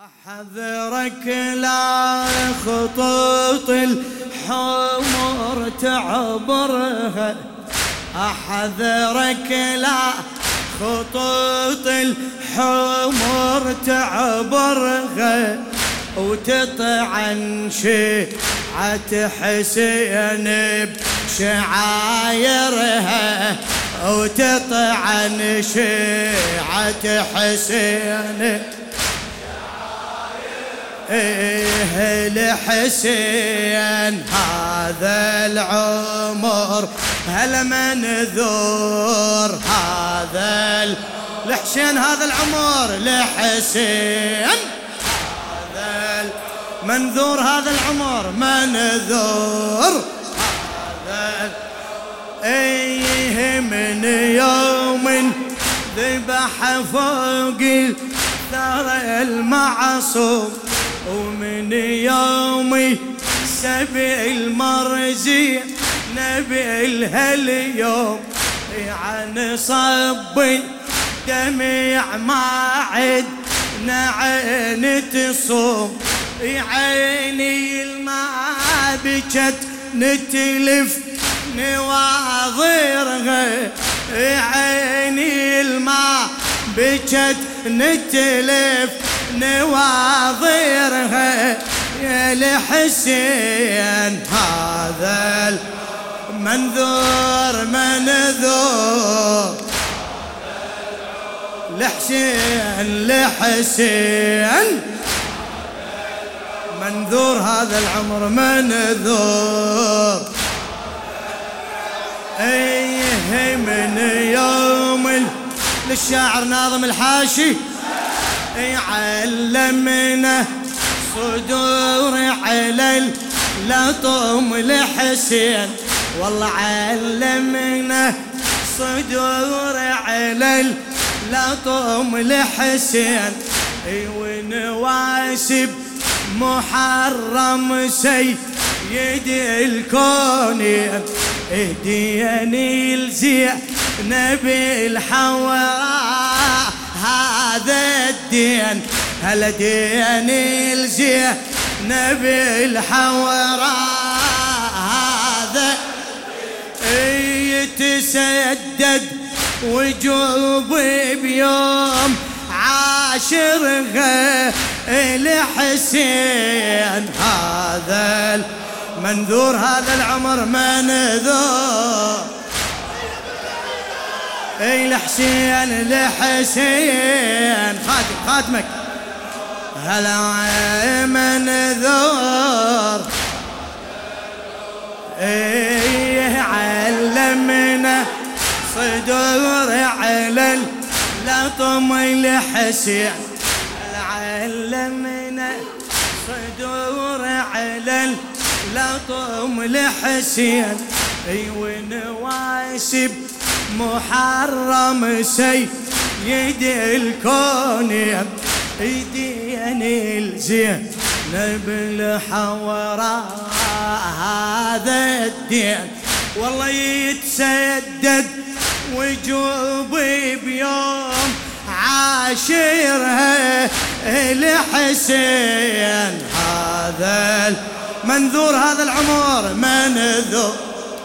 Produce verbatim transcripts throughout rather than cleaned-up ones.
أحذرك لا خطوط الحمر تعبرها، أحذرك لا خطوط الحمر تعبرها، وتطعن شيعة حسين بشعايرها، وتطعن شيعة حسين إيه لحسين. هذا العمر هالمنذور، هذا لحسين، هذا العمر لحسين، هذا المنذور، هذا العمر منذور، هذا ايه من يوم ذبح فوق الثرى المعصوم، ومن يومي سبع المرزي نبي هاليوم، عن صب دمع ما عدنا عين تصوم، عيني الماء بجت نتلف نواظرها، عيني الماء بجت نتلف نواظرها، يا لحسين هذا المنذور منذور، لحسين لحسين منذور، هذا العمر منذور. ايه من يوم للشاعر ناظم الحاشي علمنا صدور على اللطم لحسين، والله علمنا صدور على اللطم لحسين، ونواسب محرم سيد الكونين، اهديني الزينب الحوراء هذا الدين، هلا ديني الزينب الحوراء هذا يتسدد وجوبي بيوم عاشرها لحسين، هذا المنذور، هذا العمر منذور، اي لحسين لحسين خادم خادمك، هلا منذور، ايه علمنا صدور على اللطم لحسين، علمنا صدور على اللطم لحسين، اي ونواسب محرم سيد الكونين، ايديني الزينب الحوراء هذا الدين، والله يتسدد وجوبي بيوم عاشرها لحسين، هذا المنذور، هذا العمر منذور.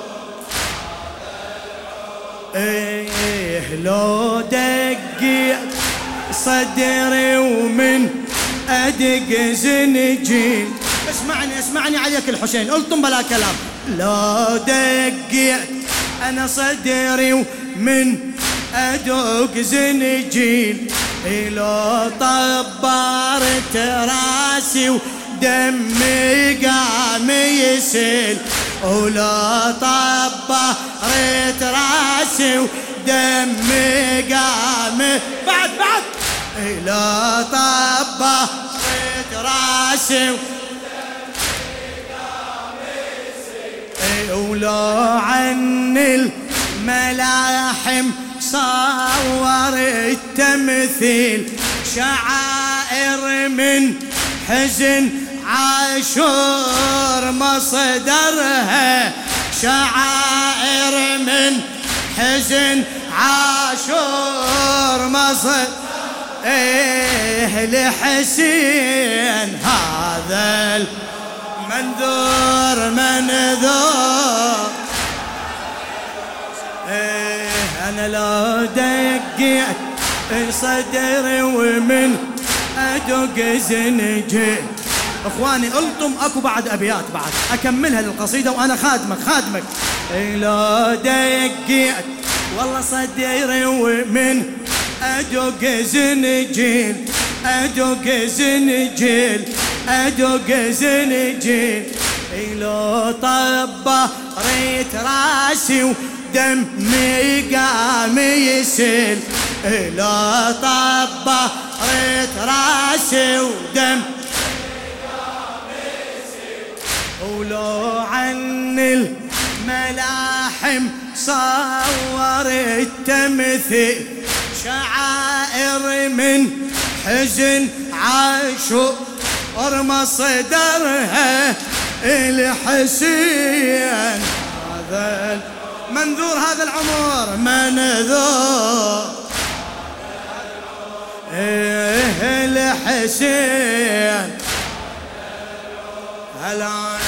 ايه لو دقيت صدري ومن ادق زنجيل، اسمعني اسمعني عليك الحسين، الطم بلا كلام، لو دقيت انا صدري ومن ادق زنجيل، لو طبرت راسي ودمي قام يسيل، ولا طبرت راسي ودمي قام بعد بعد، لا طبرت راسي ودمي قام يسيل، ولو عن الملاحم صور التمثيل، شعائر من حزن عاشور مصدرها، شعائر من حزن عاشور مصدرها، ايه لحسين هذا المنذور منذور. ايه انا لو دقيت صدري ومن ادق زنجي. اخواني الطم اكو بعد ابيات بعد اكملها للقصيده وانا خادمك خادمك. ايه لو دقيت والله صدري ومن ادق زنجيل ادق زنجيل ادق زنجيل. ايه لو طبه ريت راسي ودمي قام يسيل. ايه لو طبه ريت راسي ودم ولو عن الملاحم صور التمثيل شعائر من حزن عاشور مصدرها الحسين هذا منذور هذا العمر منذور. ايه الحسين هلا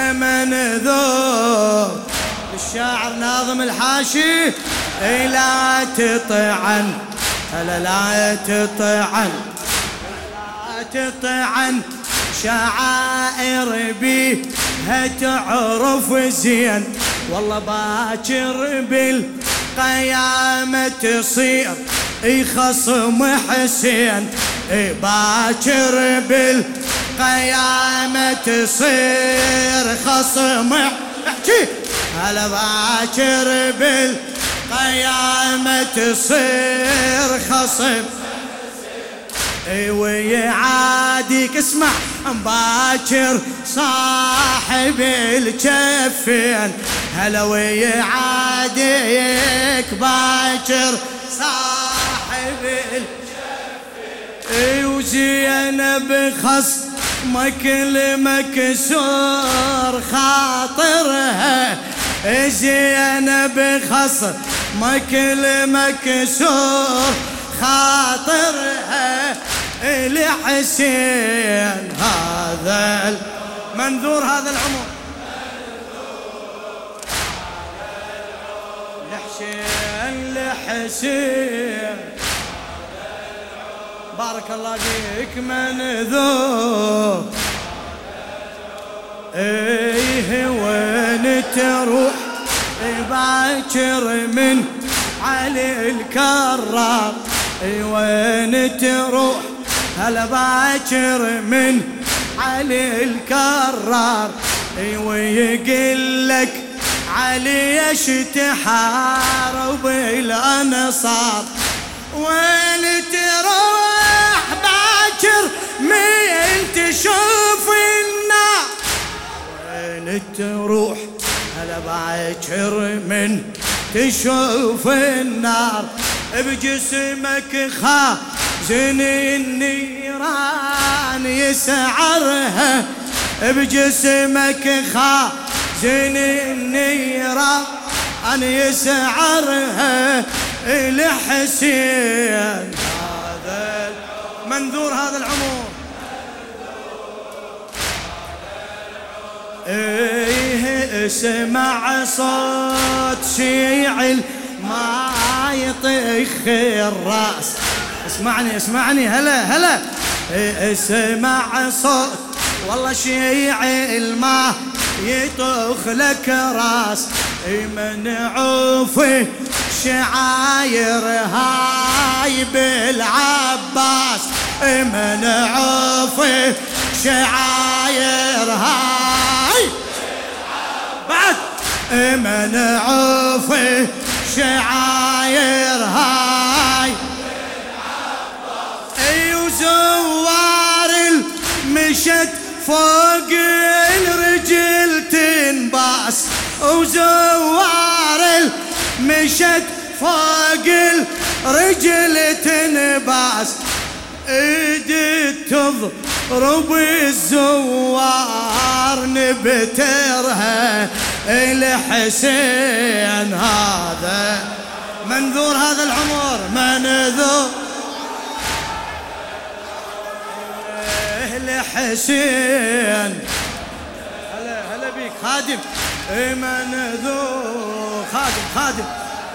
منذور. الشاعر ناظم الحاشي اي لا تطعن هلا لا تطعن لا تطعن شعائر بيها تعرف زين. والله باكر بالقيامة تصير اي خصم حسين. اي باكر بالقيامة تصير خصم احكي هلا باكر بالقيامة تصير خصم. اي ويعاديك اسمع باكر صاحب الكفين هلا ويعاديك باكر صاحب الكفين. اي وزينب خصمك المكسور خاطرها. اي زينب خصمك المكسور خاطرها لحسين هذا المنذور هذا العمر لحسين لحسين. بارك الله فيك منذور. ايه وين تروح باكر من علي الكرار. اي وين تروح هلا باكر من علي الكرار. اي ويقلك علي ايش تحارب الانصار. وين تروح باكر من تشوف النار. وين تروح هلا باكر من تشوف النار. بجسمك خازن النيران يسعرها. بجسمك خازن النيران يسعرها لحسين هذا منذور هذا العمر. ايه اسمع صوت شيعل ما يطخ الراس. اسمعني اسمعني هلا هلا. اسمع صوت والله شيعل ما يطخ لك راس. منعوفي شعاير هاي بالعباس. منعوفي شعاير هاي بعد منعوفي شعاير هاي. اي وزوار المشت فوق الرجل تنباس. وزوار المشت فوق الرجل تنباس. ايد تضرب الزوار نبترها الحسين هذا منذور هذا العمر منذور. الحسين. هلا هلا بيك خادم من ذو خادم خادم.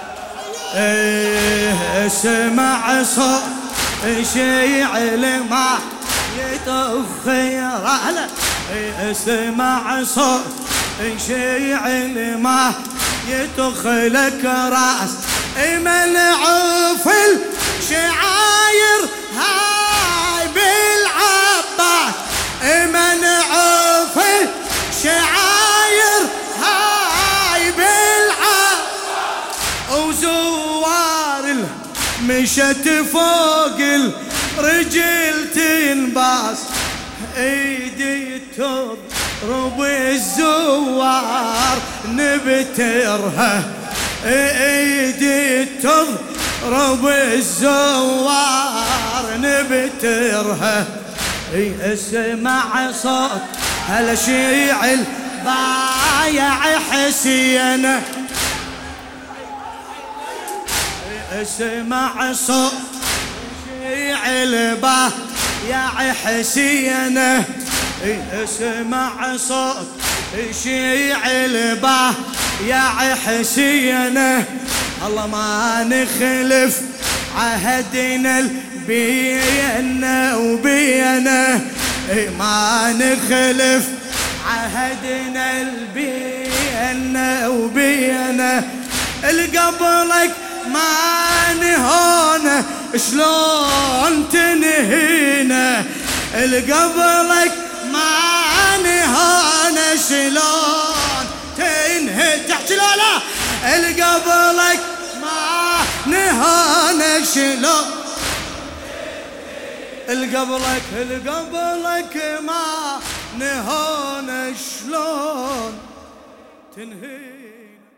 ايه اسمع صوت شيع لما يطخ هلا. ايه اسمع صوت شيع لما يطخ لك راس. منعوف الشعاير هاي بالعباس. منعوف الشعاير هاي بالعباس. وزوار مشت فوق الرجل تنباس. ايدي تضرب الزوار نبترها. ايدي تضرب الزوار نبترها. اسمع صوت هالشيع البايع حسين. اسمع صوت شيع البايع حسين. اسمع صوت شيع البايع حسين. الله ما نخلف عهدنا بينا وبينا. ما نخلف عهدنا بينا وبينا. القبلك ما نهونا شلون تنهينا. القبلك ما نهونا شلون تنهي. تحت لا لا. القبلك ما نهونا شلون. القبلك القبلك ما نهونا شلون تنهينا.